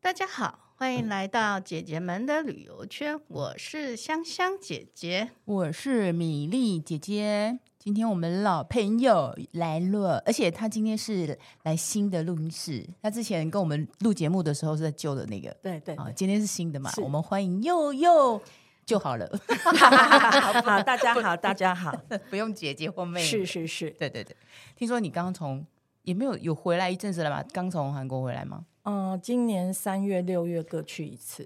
大家好，欢迎来到姐姐们的旅游圈，我是香香姐姐， 我是米粒姐姐。今天我们老朋友来了，而且他今天是来新的录音室。他之前跟我们录节目的时候是在旧的那个， 对， 今天是新的嘛。 是我们欢迎佑就好了。 好，大家好，大家好， 不用姐姐或妹妹。 是， 对。听说你刚刚从也没有回来一阵子了吧？刚从韩国回来吗？ 今年3月、6月各去一次。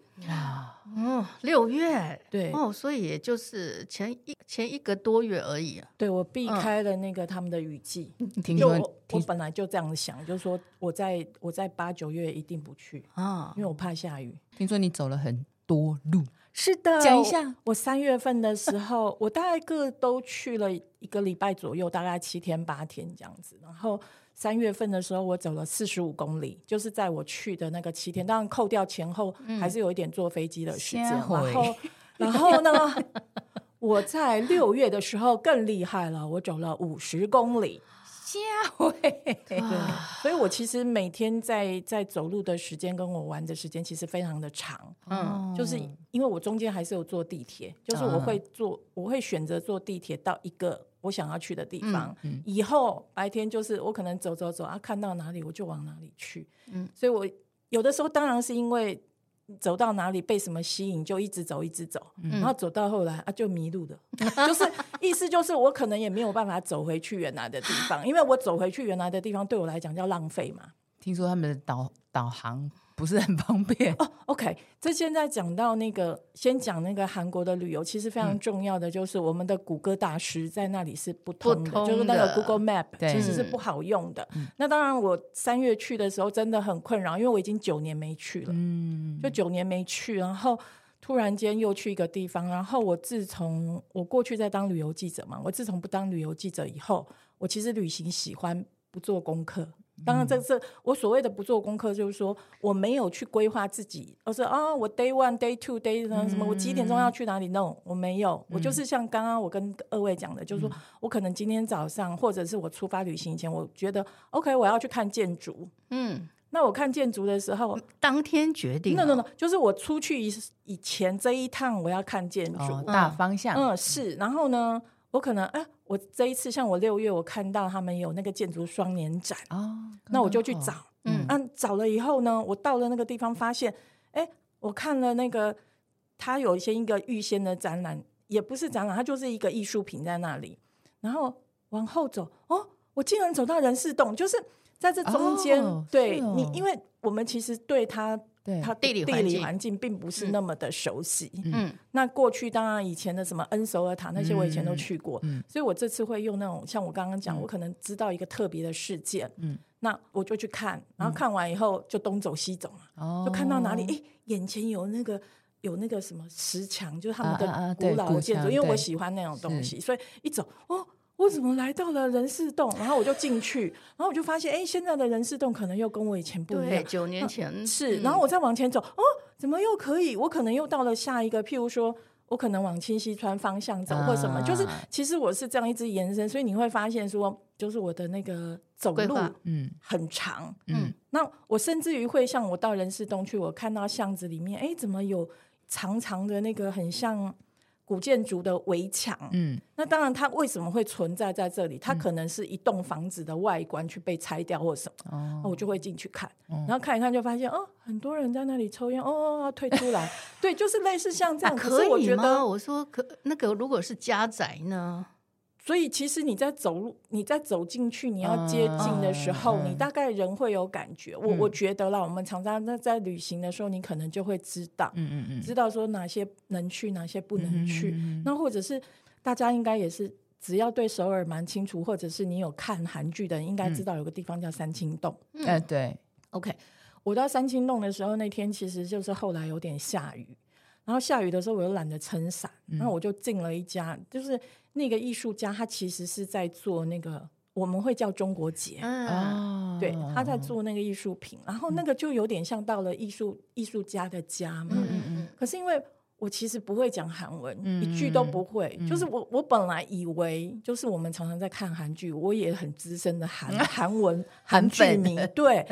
6月， 对所以也就是前一个多月而已啊。 对，我避开了那个他们的雨季。 听说我本来就这样想，就是说我在8、9月一定不去啊，因为我怕下雨。 听说你走了很多路。 是的， 讲一下。 我3月份的时候，我大概各都去了1个礼拜左右，大概7天8天这样子。然后3月份的时候，我走了45公里，就是在我去的那个7天，当然扣掉前后，还是有一点坐飞机的时间。然后呢，我在6月的时候更厉害了，我走了50公里。对，所以我其实每天在走路的时间跟我玩的时间其实非常的长。就是因为我中间还是有坐地铁，就是我会选择坐地铁到一个我想要去的地方。以后白天就是我可能走啊，看到哪里我就往哪里去。所以我有的时候当然是因为走到哪里被什么吸引就一直走，然后走到后来就迷路了。就是意思就是我可能也没有办法走回去原来的地方，因为我走回去原来的地方对我来讲叫浪费嘛。 听说他们的导航不是很方便。 OK， 这现在讲到先讲那个韩国的旅游，其实非常重要的就是我们的谷歌大师在那里是不通的，就是那个 Google Map 其实是不好用的。那当然我3月去的时候真的很困扰，因为我已经9年没去了。就9年没去，然后突然间又去一个地方。然后自从我过去在当旅游记者嘛，我自从不当旅游记者以后，我其实旅行喜欢不做功课。当然这是我所谓的不做功课，就是说我没有去规划自己，我说我 day 1 day 2 day 什么，我几点钟要去哪里。 No， 我没有。我就是像刚刚我跟2位讲的，就是说我可能今天早上或者是我出发旅行前，我觉得 OK 我要去看建筑。那我看建筑的时候当天决定。 No， 就是我出去以前这一趟我要看建筑。 大方向。 是。然后呢我可能我这一次像我6月我看到他们有那个建筑双年展。那我就去找。找了以后呢，我到了那个地方发现我看了那个他有一个预先的展览，也不是展览，它就是一个艺术品在那里。然后往后走我竟然走到人事洞，就是在这中间。对，因为我们其实对它地理环境并不是那么的熟悉。那过去当然以前的什么恩首尔塔那些我以前都去过。所以我这次会用那种像我刚刚讲，我可能知道一个特别的事件。那我就去看，然后看完以后就东走西走嘛。就看到哪里眼前有那个什么石墙，就是他们的古老的建筑。因为我喜欢那种东西，所以一走我怎么来到了人事洞？然后我就进去，然后我就发现现在的人事洞可能又跟我以前不一样。 对，9年前是。然后我再往前走怎么又可以？我可能又到了下一个，譬如说我可能往清溪川方向走或什么。就是其实我是这样一直延伸，所以你会发现说就是我的那个走路很长。那我甚至于会像我到人事洞去，我看到巷子里面怎么有长长的那个很像古建筑的围墙。那当然它为什么会存在在这里，它可能是一栋房子的外观去被拆掉或什么。我就会进去看。然后看一看就发现很多人在那里抽烟要退出来。对，就是类似像这样。 可以吗？ 我觉得我说那个如果是家宅呢？ 所以其实你在走路，你在走进去，你要接近的时候，你大概人会有感觉。我觉得啦，我们常常在旅行的时候，你可能就会知道，知道说哪些能去，哪些不能去。那或者是大家应该也是，只要对首尔蛮清楚，或者是你有看韩剧的人，应该知道有个地方叫三清洞。 对。 OK， 我到三清洞的时候，那天其实就是后来有点下雨。然后下雨的时候我又懒得撑伞，然后我就进了一家，就是那个艺术家他其实是在做那个我们会叫中国结。对，他在做那个艺术品。然后那个就有点像到了艺术家的家嘛。可是因为我其实不会讲韩文，一句都不会。就是我本来以为就是我们常常在看韩剧，我也很资深的韩文韩剧迷。对，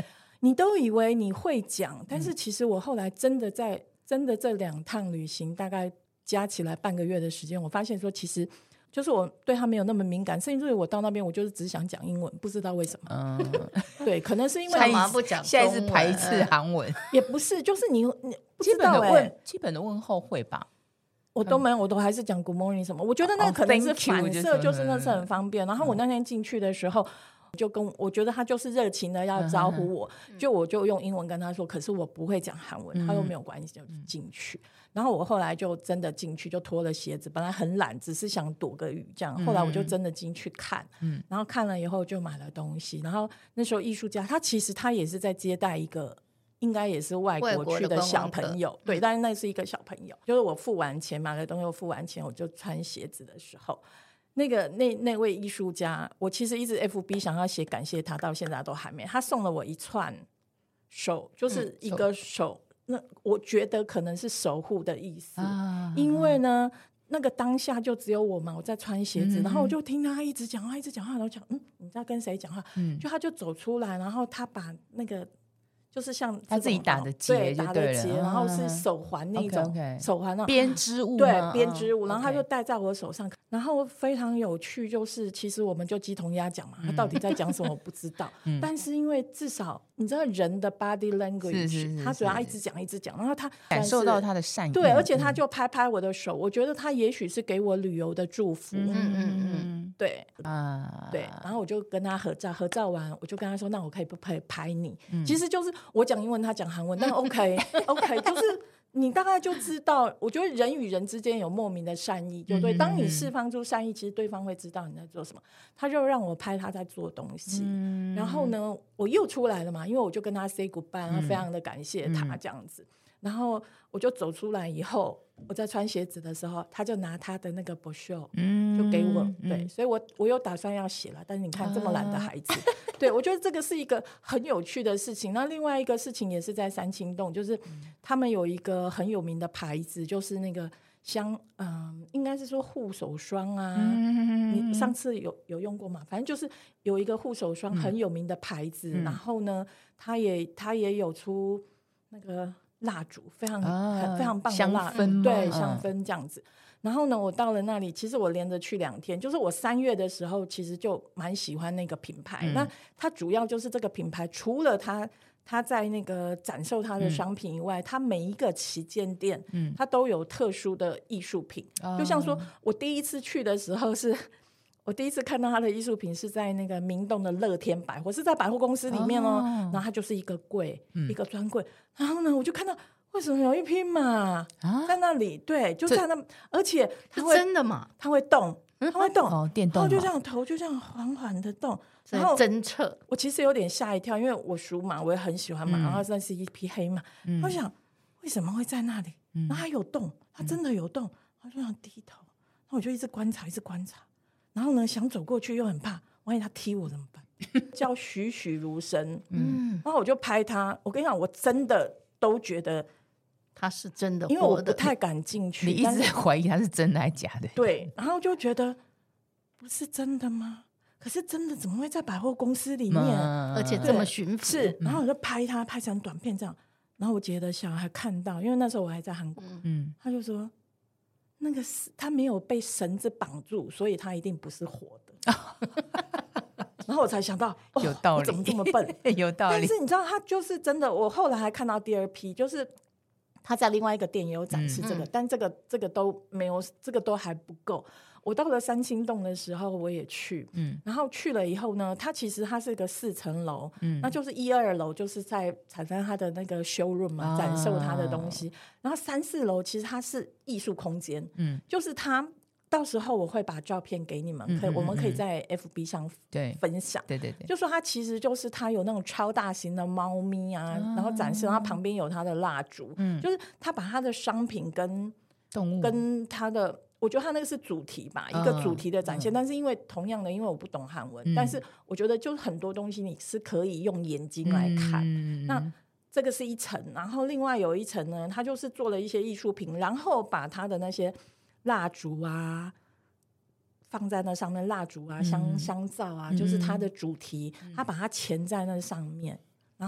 你都以为你会讲，但是其实我后来真的这2趟旅行大概加起来半个月的时间，我发现说其实就是我对他没有那么敏感，甚至我到那边我就是只想讲英文，不知道为什么。对，可能是因为干嘛不讲中文？ 现在是排斥韩文， 也不是，就是你不知道基本的问候会吧。 我都没有，我都还是讲 Good morning 什么。我觉得那可能是反射，就是那是很方便。然后我那天进去的时候，我觉得他就是热情的要招呼我，我就用英文跟他说，可是我不会讲韩文，他说没有关系，就进去。然后我后来就真的进去，就脱了鞋子，本来很懒，只是想躲个雨这样。后来我就真的进去看，然后看了以后就买了东西。然后那时候艺术家他也是在接待一个。应该也是外国去的小朋友，对，但是那是一个小朋友。就是我付完钱买了东西，我付完钱我就穿鞋子的时候，那位艺术家，我其实一直 FB 想要写感谢他，到现在都还没。他送了我一串手，就是一个手，那我觉得可能是守护的意思，因为呢。那个当下就只有我嘛，我在穿鞋子，然后我就听他一直讲话，然后讲，你在跟谁讲话？就他就走出来，然后他把那个。就是像他自己打的结就对了， 然后是手环那种手环那种编织物， 对，编织物，然后他就戴在我手上，然后非常有趣，就是其实我们就鸡同鸭讲嘛，他到底在讲什么我不知道，但是因为至少你知道人的 body language， 他主要一直讲，然后他感受到他的善意， 对，而且他就拍拍我的手，我觉得他也许是给我旅游的祝福，对对，然后我就跟他合照完，我就跟他说，那我不可以拍你？其实就是我讲英文，他讲韩文，但OK，就是你大概就知道，我觉得人与人之间有莫名的善意，就对。当你释放出善意，其实对方会知道你在做什么。他就让我拍他在做东西，然后呢，我又出来了嘛，因为我就跟他 say goodbye， 然后非常的感谢他这样子。然后我就走出来以后，我在穿鞋子的时候，他就拿他的那个 brochure 就给我，对，所以我有打算要写了，但是你看这么懒的孩子，对，我觉得这个是一个很有趣的事情。那另外一个事情也是在三清洞，就是他们有一个很有名的牌子，就是那个应该是说护手霜啊，你上次有用过吗？反正就是有一个护手霜很有名的牌子，然后呢，他也有出那个蜡烛，非常棒的蜡烛，对，香氛这样子。然后呢，我到了那里，其实我连着去2天，就是我3月的时候，其实就蛮喜欢那个品牌。那它主要就是这个品牌，除了它在那个展售它的商品以外，它每一个旗舰店，它都有特殊的艺术品。就像说我第一次去的时候我第一次看到他的艺术品是在那个明洞的乐天百货，是在百货公司里面然后它就是一个柜，一个专柜。然后呢，我就看到为什么有一匹马在那里？对，就在那，而且它会真的吗？ 它会动， 电动， 然后就这样头就这样缓缓的动， 然后侦测。 我其实有点吓一跳，因为我属马，我也很喜欢马，然后那是一匹黑马，我想为什么会在那里？然后它有动，它真的有动，我就想低头，然后我就一直观察，然后呢，想走过去又很怕，万一他踢我怎么办？叫栩栩如生，然后我就拍他。我跟你讲，我真的都觉得他是真的活的， 因为我不太敢进去， 你一直在怀疑他是真的还是假的？ 对，然后就觉得不是真的吗？可是真的怎么会在百货公司里面， 而且这么驯服？ 是，然后我就拍他，拍成短片这样。然后我姐的小孩看到，因为那时候我还在韩国，他就说。那个他没有被绳子绑住，所以他一定不是活的。然后我才想到， 有道理， 我怎么这么笨？ 有道理。 但是你知道，他就是真的。我后来还看到第2批，就是他在另外一个店也有展示这个，但这个都没有，这个都还不够。我到了三清洞的时候，我也去，然后去了以后呢，它其实是个4层楼，那就是1、2楼就是在产生它的那个 showroom 嘛，展售它的东西，然后3、4楼其实它是艺术空间，就是它。到时候我会把照片给你们，我们可以在 FB 上分享。 对， 就说它其实就是它有那种超大型的猫咪啊，然后展示，然后旁边有它的蜡烛，就是它把它的商品跟动物跟它的。我觉得它那个是主题吧，一个主题的展现，但是因为同样的，因为我不懂韩文，但是我觉得就很多东西你是可以用眼睛来看。那这个是一层，然后另外有一层呢，它就是做了一些艺术品，然后把它的那些蜡烛啊放在那上面，蜡烛啊香皂啊，就是它的主题，它把它钳在那上面，然后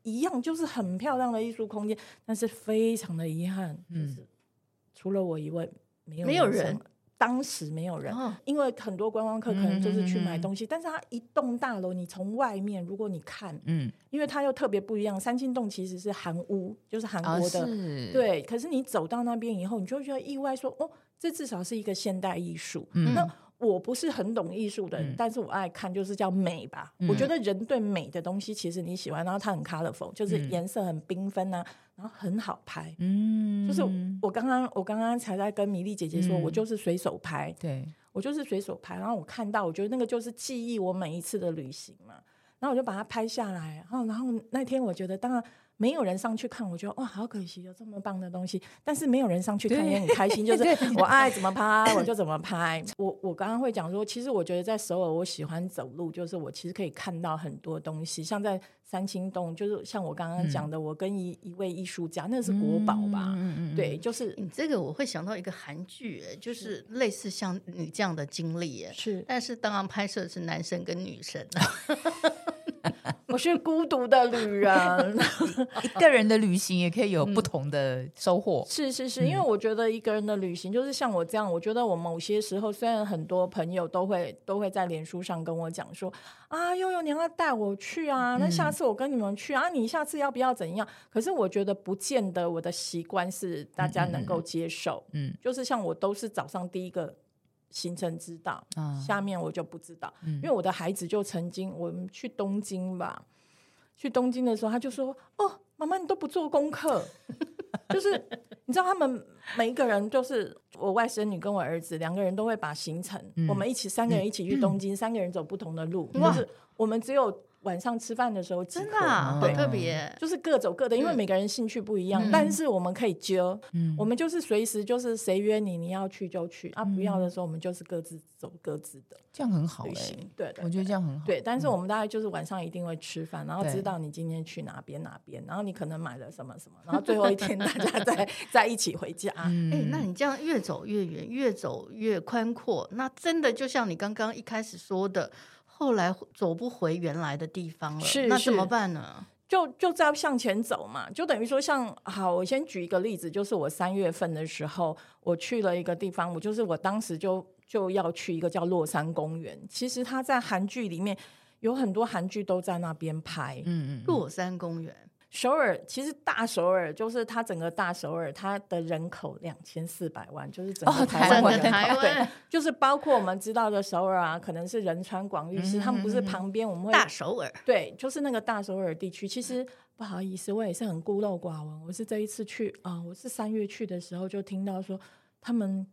一样，就是很漂亮的艺术空间，但是非常的遗憾，就是除了我以外没有人。当时没有人，因为很多观光客可能就是去买东西，但是它一栋大楼，你从外面如果你看，因为它又特别不一样，三清洞其实是韩屋，就是韩国的，对。可是你走到那边以后，你就觉得意外说，哦，这至少是一个现代艺术。那我不是很懂艺术的人，但是我爱看，就是叫美吧。我觉得人对美的东西，其实你喜欢，然后它很 colorful， 就是颜色很缤纷啊，然后很好拍。就是我刚刚才在跟米粒姐姐说，我就是随手拍，对，我就是随手拍，然后我看到，我觉得那个就是记忆我每一次的旅行嘛，然后我就把它拍下来，然后那天我觉得当然。没有人上去看，我觉得哇，好可惜有这么棒的东西。但是没有人上去看也很开心，就是我爱怎么拍我就怎么拍。我刚刚会讲说，其实我觉得在首尔，我喜欢走路，就是我其实可以看到很多东西，像在三清洞，就是像我刚刚讲的，我跟一位艺术家，那是国宝吧？对，就是你这个我会想到一个韩剧，就是类似像你这样的经历， 是， 但是当然拍摄是男生跟女生。 我是孤独的旅人一个人的旅行也可以有不同的收获。 是，因为我觉得一个人的旅行就是像我这样，我觉得我某些时候虽然很多朋友都会在脸书上跟我讲说啊，悠悠你要带我去啊，那下次我跟你们去啊，你下次要不要怎样？可是我觉得不见得我的习惯是大家能够接受。就是像我都是早上第一个行程知道，下面我就不知道。因为我的孩子就曾经我们去东京吧，去东京的时候他就说，哦，妈妈你都不做功课。就是你知道他们每一个人，就是我外甥女跟我儿子两个人都会把行程，我们三个人一起去东京，三个人走不同的路，就是我们只有晚上吃饭的时候集合， 真的啊，好特别， 就是各走各的，因为每个人兴趣不一样，但是我们可以揪，我们就是随时就是谁约你要去就去啊，不要的时候我们就是各自走各自的， 这样很好对， 我觉得这样很好。 对，但是我们大概就是晚上一定会吃饭，然后知道你今天去哪边，然后你可能买了什么什么，然后最后一天大家再一起回家。 那你这样越走越远，越走越宽阔，那真的就像你刚刚一开始说的。后来走不回原来的地方了，那怎么办呢？ 就再向前走嘛，就等于说好，我先举一个例子，就是我3月份的时候，我去了一个地方，我当时就要去一个叫洛山公园。其实它在韩剧里面有很多韩剧都在那边拍。 洛山公园。 首尔其实大首尔就是它整个大首尔，它的人口2400万，就是整个台湾人口，对，就是包括我们知道的首尔啊，可能是仁川、广域市，他们不是旁边我们会大首尔， 对，就是那个大首尔地区。其实不好意思，我也是很孤陋寡闻，我是这一次去我是3月去的时候就听到说他们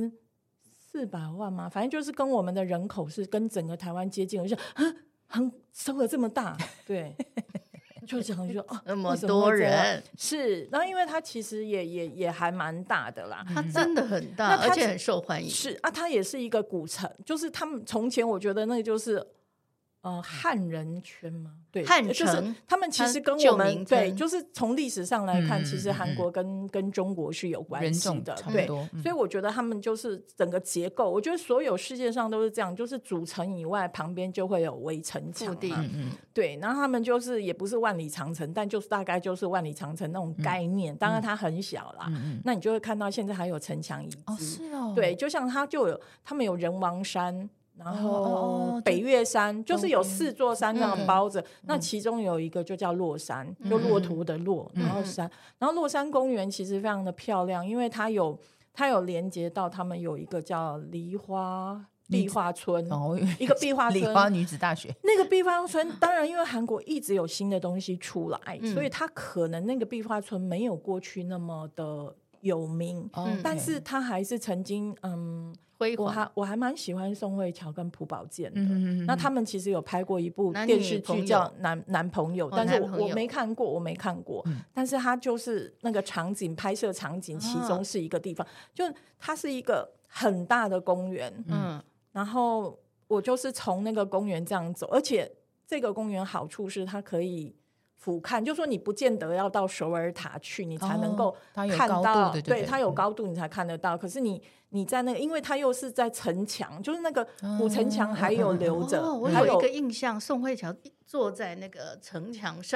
2400万嘛，反正就是跟我们的人口是跟整个台湾接近，我就首尔这么大，对。就讲说那么多人是，然后因为它其实也还蛮大的啦， 它真的很大，而且很受欢迎。 是啊，它也是一个古城，就是他们从前我觉得那个就是汉人圈嘛，对， 汉城， 就是他们其实跟我们对，就是从历史上来看，其实韩国跟中国是有关系的，对，所以我觉得他们就是整个结构，我觉得所有世界上都是这样，就是主城以外旁边就会有围城墙嘛，对，然后他们就是也不是万里长城，但就是大概就是万里长城那种概念，当然它很小啦，那你就会看到现在还有城墙遗址，对，就像他们有人王山。然后北岳山就是有4座山这样包着，那其中有一个就叫洛山，就骆驼的骆，然后山，然后洛山公园其实非常的漂亮，因为它有连接到他们有一个叫梨花壁画村，一个壁画村， 梨花女子大学。 那个壁画村当然因为韩国一直有新的东西出来，所以它可能那个壁画村没有过去那么的有名，但是它还是曾经我还蛮喜欢宋慧乔跟朴宝剑的，那他们其实有拍过一部电视剧叫男朋友，但是我没看过，但是它就是那个场景拍摄场景其中是一个地方，就它是一个很大的公园，然后我就是从那个公园这样走，而且这个公园好处是它可以俯瞰，就说你不见得要到首爾塔去你才能够看到，对，它有高度你才看得到，可是你在那个，因为它又是在城墙，就是那个古城墙还有留着， 我有一个印象，宋慧乔坐在那个城墙上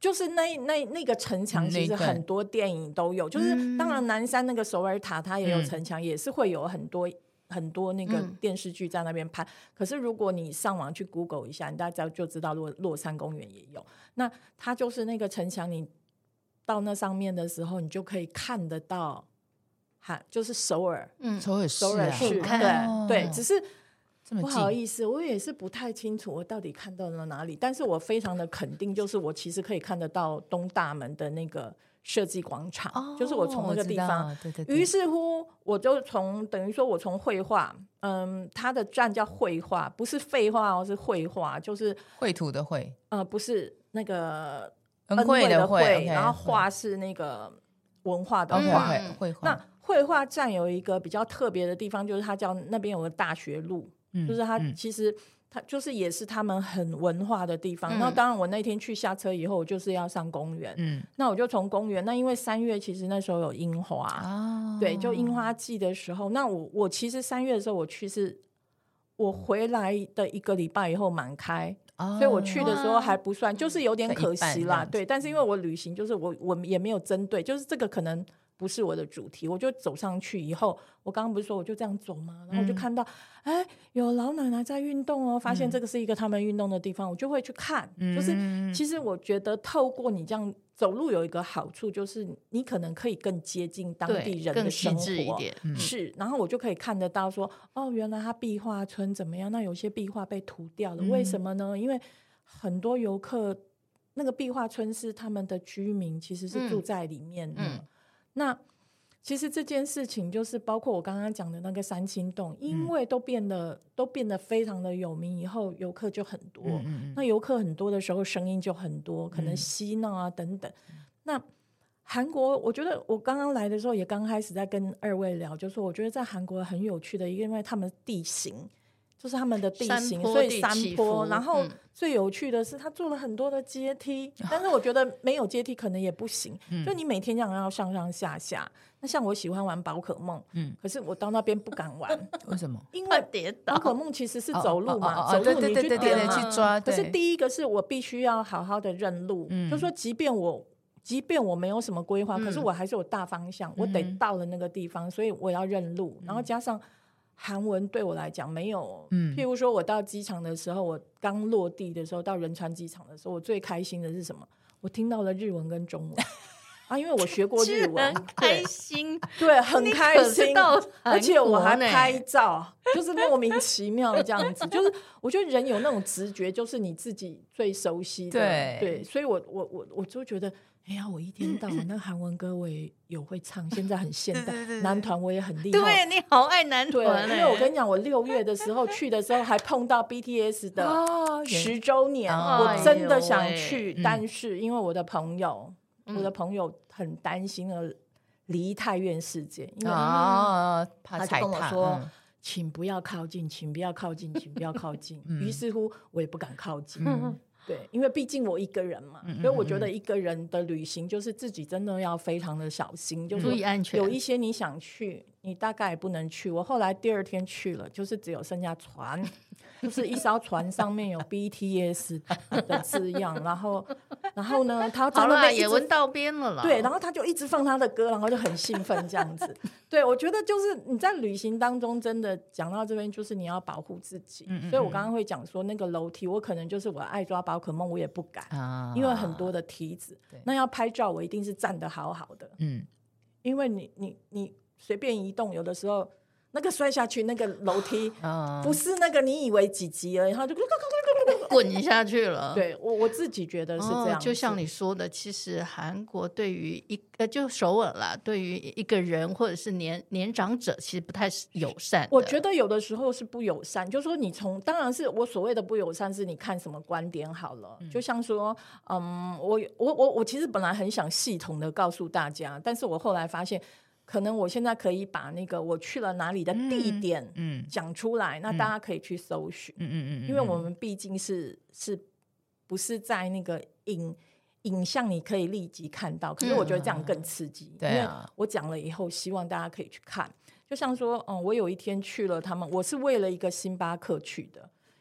就是那个城墙，其实很多电影都有，就是当然南山那个首尔塔它也有城墙，也是会有很多那个电视剧在那边拍，可是如果你上网去 Google 一下，你大家就知道洛山公园也有。那它就是那个城墙，你到那上面的时候，你就可以看得到，就是首尔市对，只是不好意思，我也是不太清楚我到底看到了哪里，但是我非常的肯定，就是我其实可以看得到东大门的那个设计广场，就是我从那个地方，对，于是乎我就等于说我从绘画，它的站叫绘画，不是废话是绘画，就是绘图的绘， 不是那个恩惠的惠， 然后画是那个文化的画， 绘画。 那绘画站有一个比较特别的地方，就是它叫那边有个大学路，就是它其实它就是也是他们很文化的地方。那当然我那天去下车以后，我就是要上公园，那我就从公园，那因为3月其实那时候有樱花，对，就樱花季的时候，那我其实3月的时候我去是我回来的1个礼拜以后满开，所以我去的时候还不算，就是有点可惜啦，对，但是因为我旅行就是我也没有针对，就是这个可能不是我的主题，我就走上去以后，我刚刚不是说我就这样走吗？然后我就看到有老奶奶在运动哦，发现这个是一个他们运动的地方，我就会去看，就是其实我觉得透过你这样走路有一个好处，就是你可能可以更接近当地人的生活， 更细致一点， 是，然后我就可以看得到说原来它壁画村怎么样，那有些壁画被涂掉了，为什么呢？因为很多游客那个壁画村是他们的居民其实是住在里面的，那其实这件事情就是包括我刚刚讲的那个三清洞，因为都变得非常的有名以后，游客就很多，那游客很多的时候声音就很多，可能嬉闹啊等等。那韩国我觉得我刚刚来的时候也刚开始在跟2位聊，就说我觉得在韩国很有趣的，因为他们地形就是他们的地形，所以山坡，然后最有趣的是他做了很多的阶梯，但是我觉得没有阶梯可能也不行，就你每天这样要上上下下。那像我喜欢玩宝可梦，可是我到那边不敢玩， 为什么？ 因为宝可梦其实是走路嘛，走路你去点嘛， 去抓。 可是第一个是我必须要好好的认路，就说即便我没有什么规划，可是我还是有大方向，我得到了那个地方，所以我要认路，然后加上韩文对我来讲没有，譬如说我到机场的时候，我刚落地的时候到仁川机场的时候，我最开心的是什么？我听到了日文跟中文因为我学过日文， 很开心， 对，很开心，而且我还拍照，就是莫名其妙这样子，就是我觉得人有那种直觉，就是你自己最熟悉的，对，所以我就觉得。哎呀，我一天到晚那韩文歌我也有会唱，现在很现代，男团我也很厉害。 对，你好爱男团， 因为我跟你讲，我6月的时候去的时候还碰到 BTS 的10周年，我真的想去，但是因为我的朋友很担心了梨泰院事件，因为他就跟我说。请不要靠近，请不要靠近，请不要靠近。于是乎，我也不敢靠近。对，因为毕竟我一个人嘛，所以我觉得一个人的旅行就是自己真的要非常的小心，就是注意安全。 有一些你想去，你大概也不能去。我后来第2天去了，就是只有剩下船，就是一艘船上面有 BTS 的字样，然后呢，他好了也闻到边了啦。 对，然后他就一直放他的歌，然后就很兴奋这样子。对，我觉得就是你在旅行当中真的讲到这边，就是你要保护自己。所以我刚刚会讲说那个楼梯，我可能就是我爱抓宝可梦，我也不敢，因为很多的梯子。那要拍照，我一定是站得好好的。因为你随便移动，有的时候那个摔下去那个楼梯，不是那个你以为几级而已，它就滚下去了。 对，我自己觉得是这样。 就像你说的，其实韩国对于就首尔啦，对于一个人或者是年长者，其实不太友善的。 我觉得有的时候是不友善，就是说你当然是我所谓的不友善，是你看什么观点好了。就像说，我其实本来很想系统的告诉大家，但是我后来发现。可能我现在可以把那个我去了哪里的地点讲出来，那大家可以去搜寻，因为我们毕竟是不是在那个影像你可以立即看到，可是我觉得这样更刺激，因为我讲了以后希望大家可以去看。就像说我有一天去了他们，我是为了一个星巴克去的，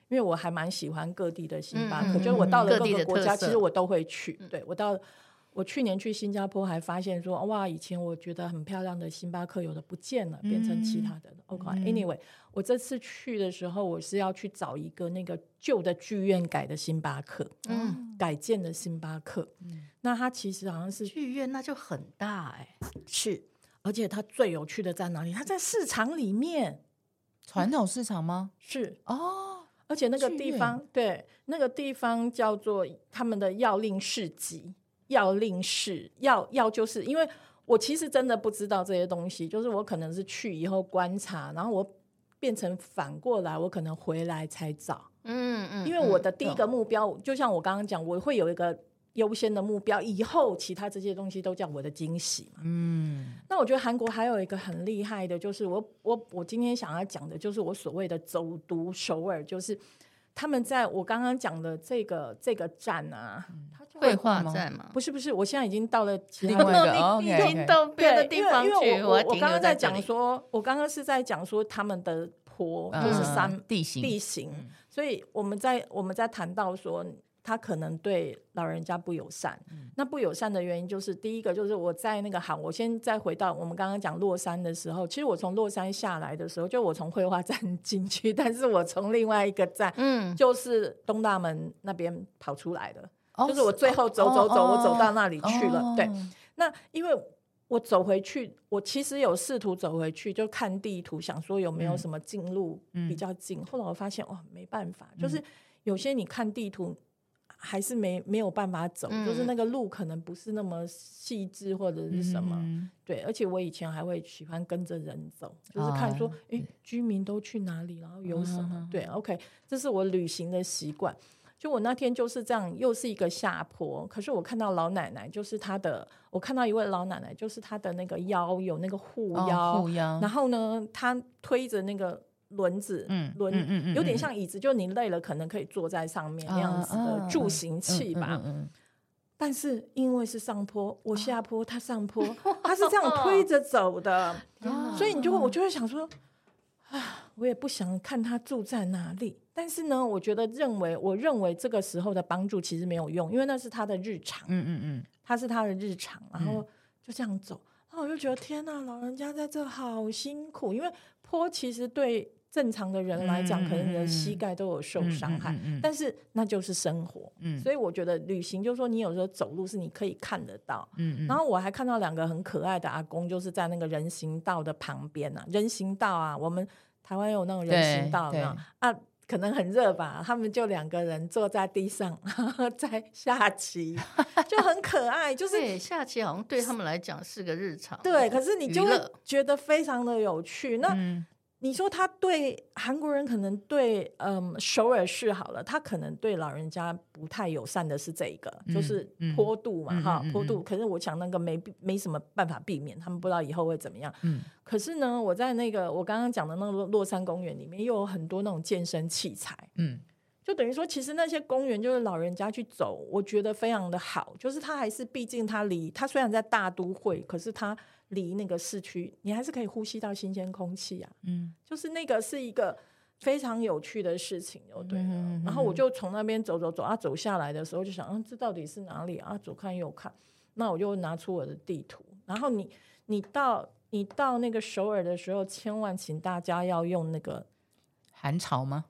因为我还蛮喜欢各地的星巴克，就是我到了各个国家其实我都会去。对，我去年去新加坡还发现说，哇，以前我觉得很漂亮的星巴克有的不见了，变成其他的。Anyway， 我这次去的时候，我是要去找一个那个旧的剧院改的星巴克，改建的星巴克。那它其实好像是剧院，那就很大是，而且它最有趣的在哪里？它在市场里面， 传统市场吗？ 是而且那个地方，对，那个地方叫做他们的药令市集。药令市药就是因为我其实真的不知道这些东西，就是我可能是去以后观察，然后我变成反过来，我可能回来才找。因为我的第一个目标，就像我刚刚讲，我会有一个优先的目标，以后其他这些东西都叫我的惊喜嘛。那我觉得韩国还有一个很厉害的，就是我今天想要讲的，就是我所谓的走读首尔，就是他们在我刚刚讲的这个站啊， 绘画站吗？ 不是，我现在已经到了另外一个， 你已经到别的地方去。 因为我刚刚在讲说，我刚刚是在讲说他们的坡就是地形，所以我们在谈到说他可能对老人家不友善。那不友善的原因就是第一个就是我在那个我先再回到我们刚刚讲落山的时候，其实我从落山下来的时候，就我从绘画站进去，但是我从另外一个站，就是东大门那边跑出来的。就是我最后走，我走到那里去了。对，那因为我走回去，我其实有试图走回去，就看地图，想说有没有什么近路比较近。后来我发现，没办法，就是有些你看地图还是没有办法走，就是那个路可能不是那么细致或者是什么。对，而且我以前还会喜欢跟着人走，就是看说，居民都去哪里，然后有什么。对 ，OK， 这是我旅行的习惯。就我那天就是这样，又是一个下坡，可是我看到老奶奶，就是我看到一位老奶奶，就是她的那个腰有那个护腰，然后呢，她推着那个轮子，有点像椅子，就你累了可能可以坐在上面那样子的助行器吧。但是因为是上坡，我下坡，她上坡，她是这样推着走的，所以我就会想说，我也不想看他住在哪里，但是呢，我认为这个时候的帮助其实没有用，因为那是他的日常，他是他的日常，然后就这样走，然后我就觉得天哪，老人家在这好辛苦，因为坡其实对正常的人来讲，可能你的膝盖都有受伤害，但是那就是生活，所以我觉得旅行就是说，你有时候走路是你可以看得到，然后我还看到2个很可爱的阿公，就是在那个人行道的旁边啊，人行道啊，我们台湾有那种人行道啊，可能很热吧，他们就2个人坐在地上在下棋，就很可爱。就是对，下棋好像对他们来讲是个日常， 对，可是你就会觉得非常的有趣。那你说他对韩国人可能对首尔市好了，他可能对老人家不太友善的是这个，就是坡度嘛，坡度。可是我想那个没什么办法避免，他们不知道以后会怎么样。可是呢，我在那个我刚刚讲的那个落山公园里面，又有很多那种健身器材。就等于说，其实那些公园就是老人家去走，我觉得非常的好。就是他还是毕竟他虽然在大都会，可是他离那个市区，你还是可以呼吸到新鲜空气啊。就是那个是一个非常有趣的事情，对了。然后我就从那边走走下来的时候就想，这到底是哪里啊？左看右看，那我就拿出我的地图。然后你到那个首尔的时候，千万请大家要用那个韩朝吗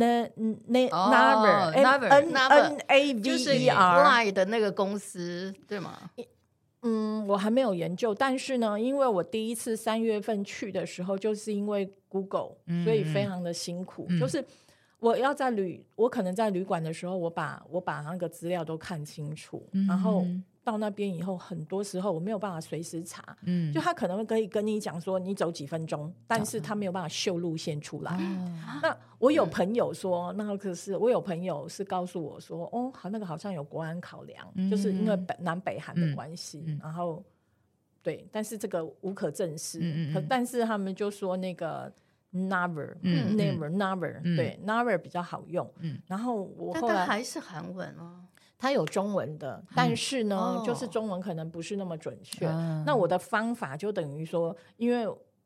？Naver， 就是 Line 的那个公司，对吗？ 我还没有研究，但是呢，因为我第一次3月份去的时候，就是因为 Google，所以非常的辛苦。就是我可能在旅馆的时候，我把那个资料都看清楚，然后到那边以后，很多时候我没有办法随时查，就他可能可以跟你讲说你走几分钟，但是他没有办法秀路线出来。那我有朋友说，我有朋友是告诉我说，那个好像有国安考量，就是因为南北韩的关系，然后对，但是这个无可证实。但是他们就说那个Naver， 对 Naver 比较好用。然后我后来但它还是韩文哦。 它有中文的，但是呢，就是中文可能不是那么准确。那我的方法就等于说，因为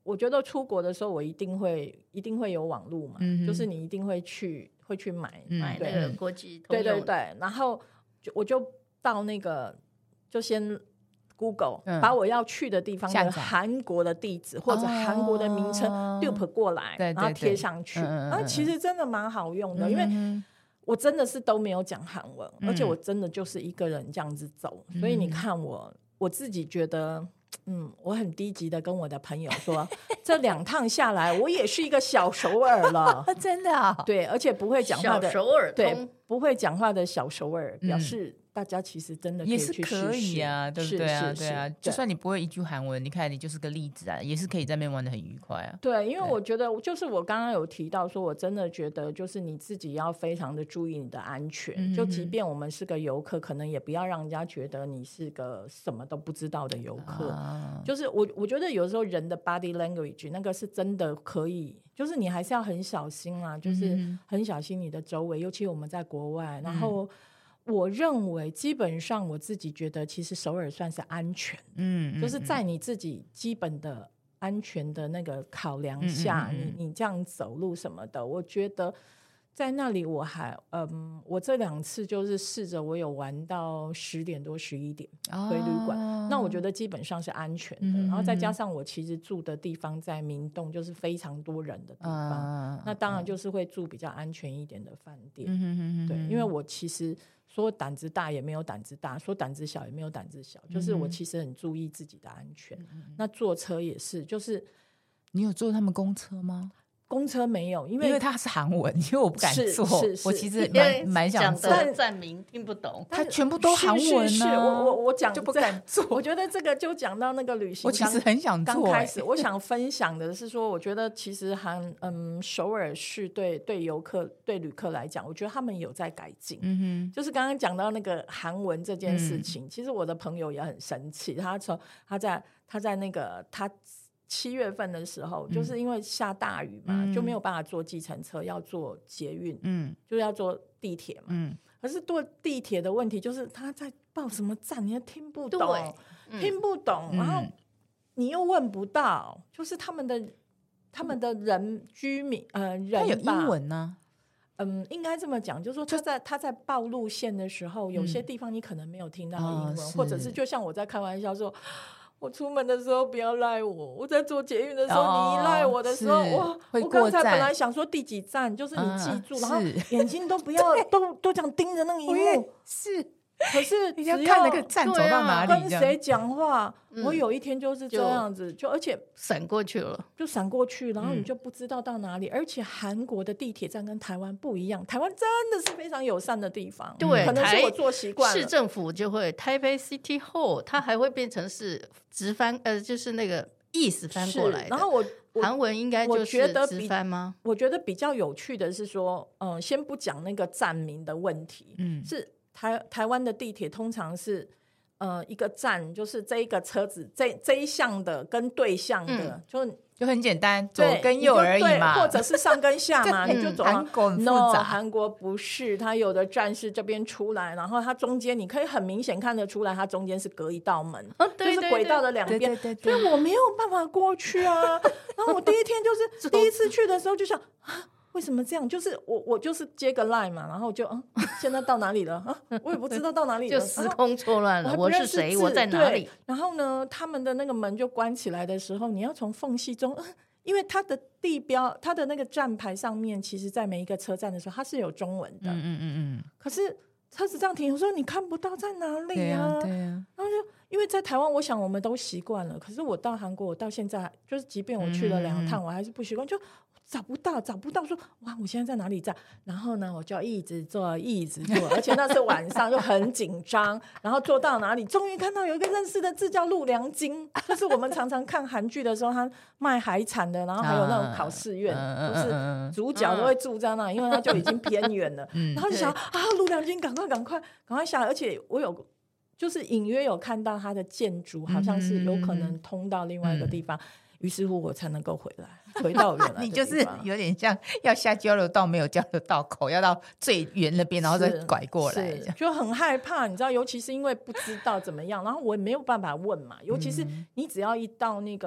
我觉得出国的时候我一定会有网路嘛，就是你一定会去买那个国际通对用的， 对对，然后我就到那个就先Google 把我要去的地方的韩国的地址或者韩国的名称 dupe 过来，然后贴上去，那其实真的蛮好用的，因为我真的是都没有讲韩文，而且我真的就是一个人这样子走，所以你看我自己觉得我很低级的跟我的朋友说这2趟下来我也是一个小首尔了真的啊， 对，而且不会讲话的小首尔通， 对，不会讲话的小首尔表示大家其实真的可以去试试， 也是可以啊，对不对啊？ 是对啊，就算你不会一句韩文，你看你就是个例子啊，也是可以在那边玩得很愉快啊。 对，因为我觉得就是我刚刚有提到说，我真的觉得就是你自己要非常的注意你的安全，就即便我们是个游客，可能也不要让人家觉得你是个什么都不知道的游客。就是我觉得有时候人的 body language 那个是真的可以，就是你还是要很小心啦，就是很小心你的周围，尤其我们在国外，然后。我认为基本上我自己觉得其实首尔算是安全，就是在你自己基本的安全的那个考量下，你这样走路什么的，我觉得在那里我还我这2次就是试着我有玩到10点多11点回旅馆，那我觉得基本上是安全的，然后再加上我其实住的地方在明洞，就是非常多人的地方，那当然就是会住比较安全一点的饭店，对，因为我其实说胆子大也没有胆子大，说胆子小也没有胆子小，就是我其实很注意自己的安全，那坐车也是，就是你有坐他们公车吗？ 公车没有，因为它是韩文，因为我不敢坐，我其实蛮想坐， 但站名听不懂， 它全部都韩文啊，我讲就不敢坐。 我觉得这个就讲到那个旅行， 我其实很想坐。 刚开始我想分享的是说，我觉得其实首尔市对游客对旅客来讲，我觉得他们有在改进。就是刚刚讲到那个韩文这件事情，其实我的朋友也很生气，他在那个他。7月份的时候，就是因为下大雨嘛，就没有办法坐计程车，要坐捷运，就是要坐地铁嘛。可是坐地铁的问题就是他在报什么站，你又听不懂，然后你又问不到，就是他们的人居民人他有英文呢、 应该这么讲，就是说他在报路线的时候，有些地方你可能没有听到英文，或者是就像我在开玩笑说。我出门的时候不要赖我在坐捷运的时候你一赖我的时候，我刚才本来想说第几站，就是你记住，然后眼睛都不要都这样盯着那个荧幕， 是， 可是你要看那个站走到哪里， 跟谁讲话，我有一天就是这样子，就而且闪过去了， 然后你就不知道到哪里，而且韩国的地铁站跟台湾不一样，台湾真的是非常友善的地方， 对， 可能是我做习惯了， 市政府就会台北 City Hall， 它还会变成是直翻，就是那个意思翻过来的， 然后韩文应该就是直翻吗？ 我觉得比较有趣的是说，先不讲那个站名的问题，是台湾的地铁通常是一个站，就是这一个车子这一项的跟对向的， 就很简单，左跟右而已嘛， 或者是上跟下嘛，你就走。 韩国很复杂， 韩国不是，它有的站是这边出来，然后它中间你可以很明显看得出来，它中间是隔一道门，就是轨道的两边，所以我没有办法过去啊。然后我第一天就是第一次去的时候就想为什么这样？就是我就是接个 line 嘛，然后就现在到哪里了我也不知道到哪里了， 就时空错乱了。我是谁？我在哪里？ 然后呢，他们的那个门就关起来的时候，你要从缝隙中，因为它的地标，它的那个站牌上面，其实在每一个车站的时候，它是有中文的。可是车子这样停，我说你看不到在哪里啊？ 对啊。 然后就因为在台湾，我想我们都习惯了。可是我到韩国，我到现在就是，即便我去了2趟，我还是不习惯，就。找不到，说哇，我现在在哪里站？然后呢，我就一直坐，而且那是晚上，就很紧张。然后坐到哪里，终于看到有一个认识的字叫陆良京，就是我们常常看韩剧的时候，他卖海产的，然后还有那种考试院，就是主角都会住在那，因为他就已经偏远了。然后就想陆良京，赶快下来，而且我有就是隐约有看到他的建筑，好像是有可能通到另外一个地方。于是乎我才能够回到原来的地方。 你就是有点像要下交流道没有交流道口，要到最远那边然后再拐过来， 就很害怕，你知道，尤其是因为不知道怎么样，然后我也没有办法问嘛，尤其是你只要一到那个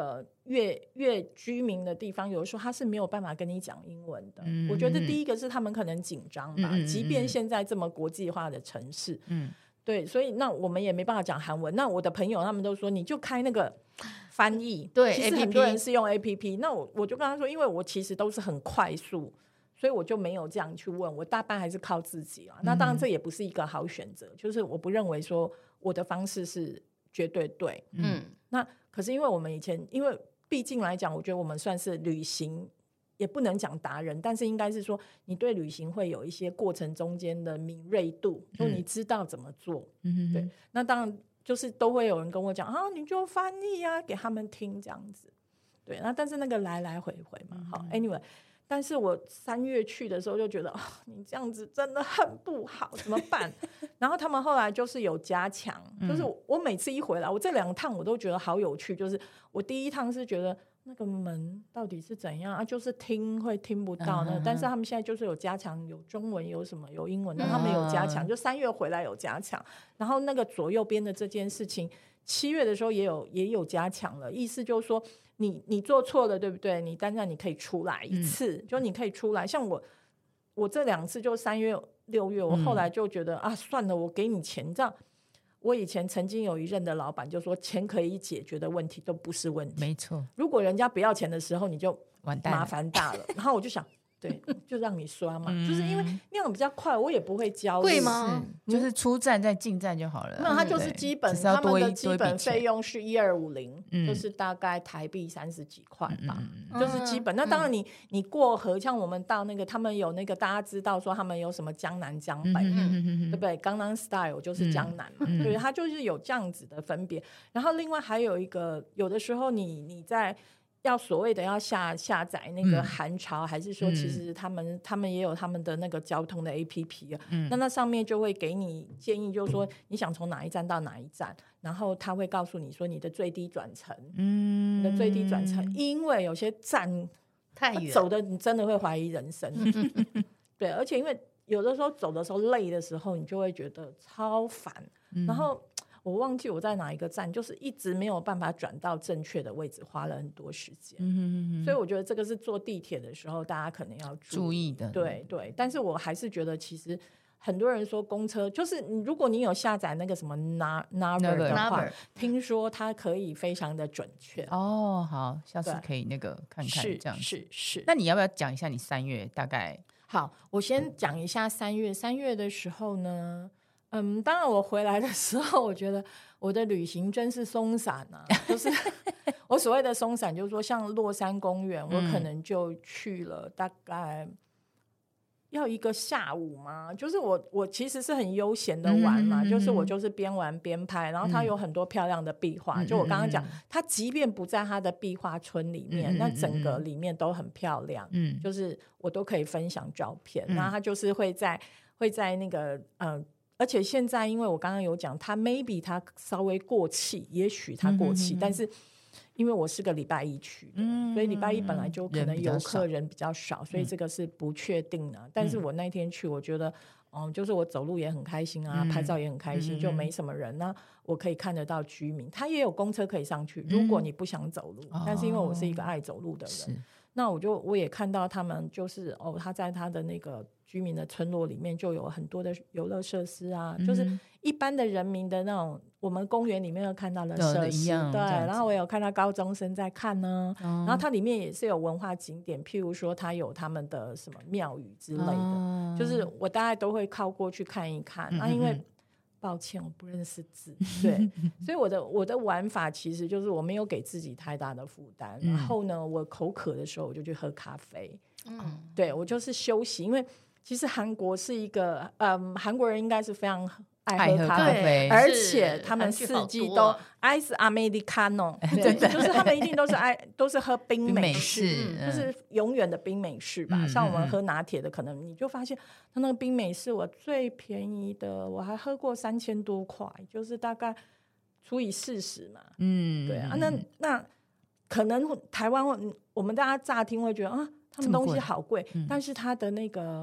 越居民的地方，有的时候他是没有办法跟你讲英文的。我觉得第一个是他们可能紧张吧，即便现在这么国际化的城市，对，所以那我们也没办法讲韩文。那我的朋友他们都说，你就开那个翻译， 对， 其实很多人是用 APP。那我就跟他说，因为我其实都是很快速，所以我就没有这样去问，我大半还是靠自己啊。那当然这也不是一个好选择，就是我不认为说我的方式是绝对对。那可是因为我们以前，因为毕竟来讲，我觉得我们算是旅行，也不能讲达人，但是应该是说你对旅行会有一些过程中间的敏锐度，就你知道怎么做。对，那当然就是都会有人跟我讲啊，你就翻译啊给他们听这样子。对，那但是那个来来回回嘛，好 ，anyway。但是我3月去的时候就觉得，你这样子真的很不好，怎么办？然后他们后来就是有加强，就是我每次一回来，我这2趟我都觉得好有趣。就是我第一趟是觉得那个门到底是怎样啊，就是听会听不到那但是他们现在就是有加强，有中文，有什么有英文的，他们有加强，就3月回来有加强。然后那个左右边的这件事情，7月的时候也有加强了，意思就是说你做错了，对不对？你当然你可以出来一次，就你可以出来。像我这2次就3月6月，我后来就觉得啊，算了，我给你钱。你知道，我以前曾经有一任的老板就说，钱可以解决的问题都不是问题。 没错， 如果人家不要钱的时候，你就完蛋了， 麻烦大了。然后我就想。对，就让你刷嘛，就是因为那样比较快，我也不会教。 贵吗？ 就是出站再进站就好了。 没有，它就是基本，他们的基本费用是1250，就是大概台币30几块吧，就是基本。那当然你过河，像我们到那个，他们有那个大家知道说他们有什么江南江北，对不对？江南 style 就是江南嘛，对，它就是有这样子的分别。然后另外还有一个，有的时候你在。要所谓的要下载那个韩潮，还是说其实他们也有他们的那个交通的 APP 啊，那上面就会给你建议，就是说你想从哪一站到哪一站，然后他会告诉你说你的最低转乘，你的最低转乘，因为有些站太远， 走的你真的会怀疑人生，对，而且因为有的时候走的时候累的时候，你就会觉得超烦，然后。我忘记我在哪一个站，就是一直没有办法转到正确的位置，花了很多时间。所以我觉得这个是坐地铁的时候大家可能要注意的。 对，但是我还是觉得其实很多人说公车，就是如果你有下载那个什么 Naver 的话，听说它可以非常的准确。 哦，好，下次可以那个看看这样子。是。那你要不要讲一下你3月大概？ 好，我先讲一下3月的时候呢。当然我回来的时候，我觉得我的旅行真是松散啊，就是我所谓的松散，就是说像落山公园，我可能就去了大概要1个下午嘛，就是我其实是很悠闲的玩嘛，就是我就是边玩边拍，然后它有很多漂亮的壁画，就我刚刚讲，它即便不在它的壁画村里面，那整个里面都很漂亮，就是我都可以分享照片，然后它就是会在那个而且现在因为我刚刚有讲它 maybe 它稍微过气，也许它过气，但是因为我是个礼拜一去的，所以礼拜一本来就可能游客人比较少，所以这个是不确定的，但是我那天去我觉得就是我走路也很开心啊，拍照也很开心，就没什么人，那我可以看得到居民，他也有公车可以上去，如果你不想走路，但是因为我是一个爱走路的人，那我也看到他们就是他在他的那个居民的村落里面就有很多的游乐设施啊，就是一般的人民的那种我们公园里面有看到的设施，对，然后我有看到高中生在看呢，然后它里面也是有文化景点，譬如说它有他们的什么庙宇之类的，就是我大概都会靠过去看一看，那因为抱歉我不认识字，对，所以我的玩法其实就是我没有给自己太大的负担，然后呢我口渴的时候我就去喝咖啡，对，我就是休息，因为其实韩国是一个韩国人应该是非常爱喝咖啡，而且他们4季都 ice americano， 就是他们一定都是喝冰美式，就是永远的冰美式吧，像我们喝拿铁的可能你就发现他那个冰美式我最便宜的我还喝过3000多块，就是大概除以40嘛，对啊，那可能台湾我们大家乍听会觉得啊他们东西好贵，但是它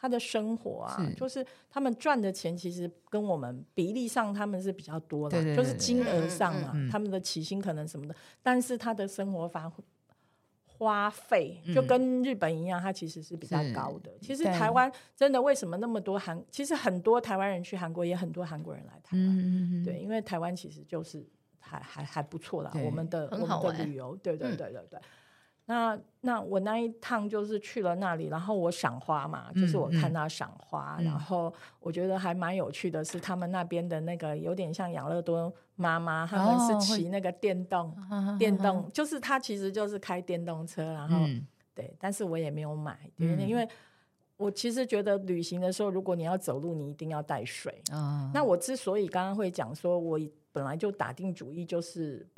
他的生活啊，就是他们赚的钱其实跟我们比例上他们是比较多的，就是金额上啊，他们的起薪可能什么的，但是他的生活花费就跟日本一样，它其实是比较高的。其实台湾真的为什么那么多其实很多台湾人去韩国，也很多韩国人来台湾，对，因为台湾其实就是还不错啦，我们的旅游，对。那我那一趟就是去了那里，然后我赏花嘛，就是我看到赏花，然后我觉得还蛮有趣的是，他们那边的那个有点像养乐多妈妈，他们是骑那个电动，就是他其实就是开电动车，然后对，但是我也没有买，因为我其实觉得旅行的时候，如果你要走路，你一定要带水。那我之所以刚刚会讲说，我本来就打定主意，就是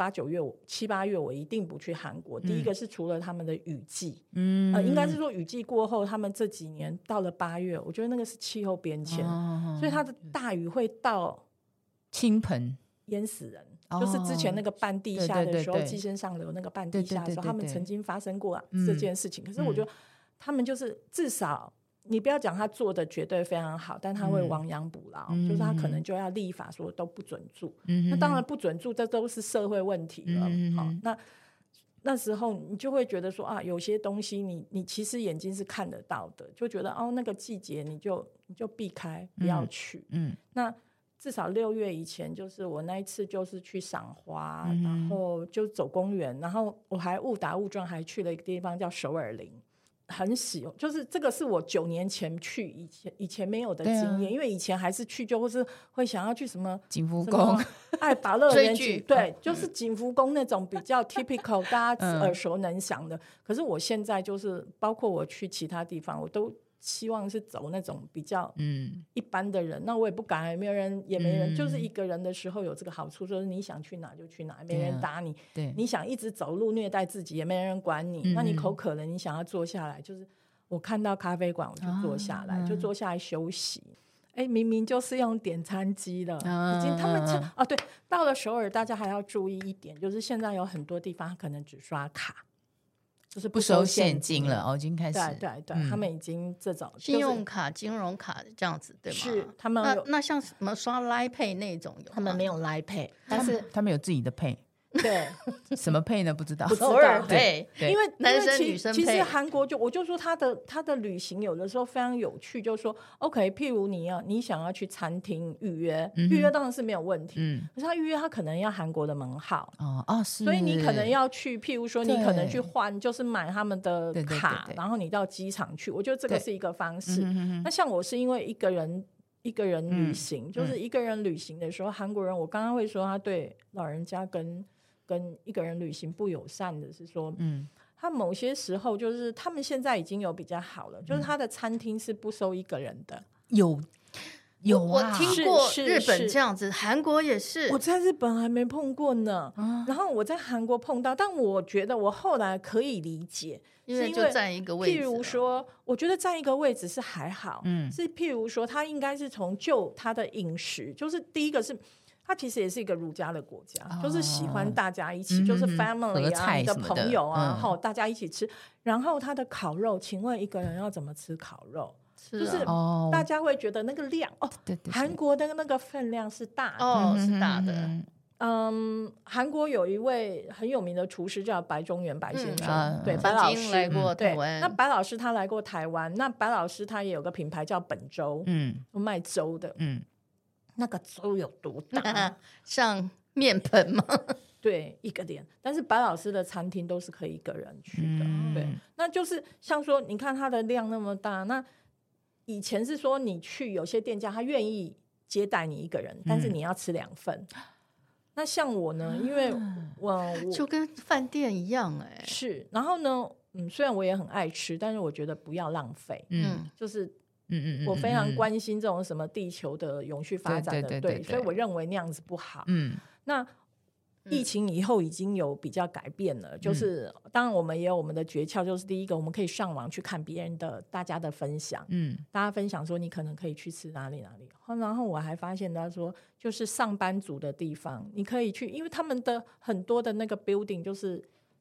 7、8月我一定不去韩国。第一个是除了他们的雨季，应该是说雨季过后，他们这几年到了8月，我觉得那个是气候变迁，所以它的大雨会到倾盆淹死人。就是之前那个半地下的时候，寄生上流那个半地下的时候，他们曾经发生过这件事情。可是我觉得他们就是至少。你不要讲他做的绝对非常好，但他会亡羊补牢，就是他可能就要立法说都不准住，那当然不准住，这都是社会问题了。那时候你就会觉得说啊，有些东西你其实眼睛是看得到的，就觉得那个季节你就避开不要去。那至少6月以前，就是我那一次就是去赏花，然后就走公园，然后我还误打误撞还去了一个地方叫首尔林。很喜欢，就是这个是我9年前去以前没有的经验，因为以前还是去就是会想要去什么景福宫、 爱拔乐园区，对，就是景福宫那种比较 typical 大家耳熟能详的。可是我现在就是包括我去其他地方，我都希望是走那种比较一般的人，那我也不敢，也没人，就是一个人的时候有这个好处，就是你想去哪就去哪，没人打你，你想一直走路虐待自己也没人管你，那你口渴了你想要坐下来，就是我看到咖啡馆我就坐下来，就坐下来休息。明明就是用点餐机了，已经他们对，到了首尔大家还要注意一点，就是现在有很多地方可能只刷卡，就是不收现金了，已经开始。 对，他们已经这种信用卡、金融卡这样子，对吗？ 是他们那像什么刷 Line Pay 那种有吗？ 他们没有 Line Pay， 但是他们有自己的 Pay。 对， 什么配呢？不知道， 首尔配， 因为男生女生配。 其实韩国我就说他的旅行有的时候非常有趣，就是说 OK， 譬如你想要去餐厅预约当然是没有问题，可是他预约他可能要韩国的门号是， 所以你可能要去，譬如说你可能去换，就是买他们的卡， 对， 然后你到机场去，我觉得这个是一个方式。那像我是因为一个人旅行，就是一个人旅行的时候，韩国人我刚刚会说他对老人家跟一个人旅行不友善的是说，他某些时候就是他们现在已经有比较好了，就是他的餐厅是不收一个人的。 有我听过日本这样子，韩国也是。 我在日本还没碰过呢，然后我在韩国碰到，但我觉得我后来可以理解， 因为就占一个位置。 譬如说，我觉得占一个位置是还好，是譬如说，他应该是从就他的饮食，就是第一个是。它其实也是一个儒家的国家，就是喜欢大家一起，就是 family 啊，你的朋友啊，大家一起吃。然后它的烤肉，请问一个人要怎么吃烤肉？就是大家会觉得那个量对， 韩国的那个分量是大的， 是大的。 韩国有一位很有名的厨师叫白中原白先生，对，白老师来过台湾。 那白老师他来过台湾，那白老师他也有个品牌叫本粥，卖粥的，那个粥有多大？ 像面盆吗？ 对，一个点。但是白老师的餐厅都是可以一个人去的，对。那就是像说，你看它的量那么大，那以前是说你去有些店家他愿意接待你一个人，但是你要吃2份。那像我呢，因为我就跟饭店一样是。然后呢，虽然我也很爱吃，但是我觉得不要浪费，就是我非常关心这种什么地球的永续发展的，对，所以我认为那样子不好。那疫情以后已经有比较改变了，就是当然我们也有我们的诀窍，就是第一个我们可以上网去看别人的大家的分享，大家分享说你可能可以去吃哪里哪里，然后我还发现他说就是上班族的地方你可以去，因为他们的很多的那个 building 就是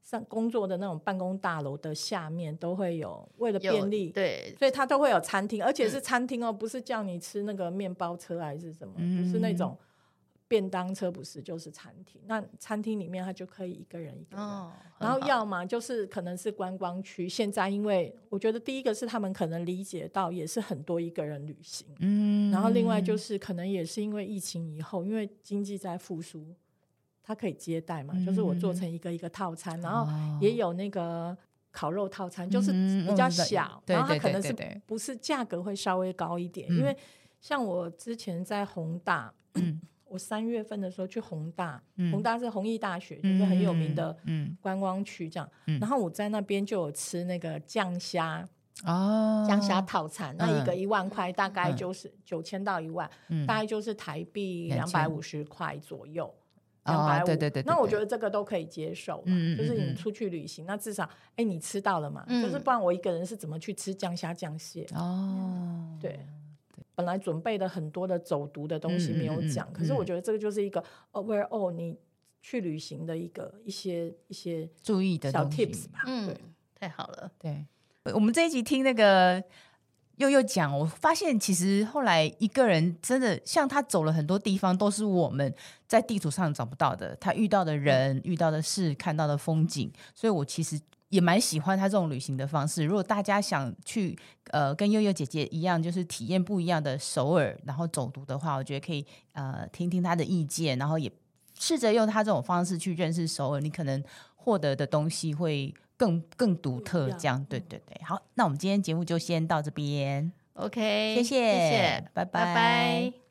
上工作的那种办公大楼的下面都会有，为了便利， 对， 所以它都会有餐厅，而且是餐厅哦，不是叫你吃那个面包车还是什么，不是那种便当车，不是，就是餐厅。那餐厅里面它就可以一个人一个人，然后要么就是可能是观光区。现在因为我觉得第一个是他们可能理解到也是很多一个人旅行，然后另外就是可能也是因为疫情以后，因为经济在复苏，它可以接待嘛，就是我做成一个一个套餐，然后也有那个烤肉套餐，就是比较小，然后它可能是不是价格会稍微高一点，因为像我之前在弘大，我3月份的时候去弘大，弘大是弘毅大学，就是很有名的观光区这样，然后我在那边就有吃那个酱虾酱虾套餐，那一个1万块，大概就是9000到1万，大概就是台币250块左右。250，那我觉得这个都可以接受，就是你出去旅行，那至少你吃到了嘛，就是不然我一个人是怎么去吃酱虾酱蟹对，本来准备的很多的走读的东西没有讲，可是我觉得这个就是一个 overall 你去旅行的一些注意的小 tips 吧。 对，太好了。 对，我们这一集听那个又讲，我发现其实后来一个人真的像他走了很多地方，都是我们在地图上找不到的，他遇到的人、遇到的事、看到的风景，所以我其实也蛮喜欢他这种旅行的方式。如果大家想去跟悠悠姐姐一样，就是体验不一样的首尔，然后走读的话，我觉得可以听听他的意见，然后也试着用他这种方式去认识首尔，你可能获得的东西会更独特，这样。对对对，好，那我们今天节目就先到这边。 OK， 谢谢，拜拜。 拜拜。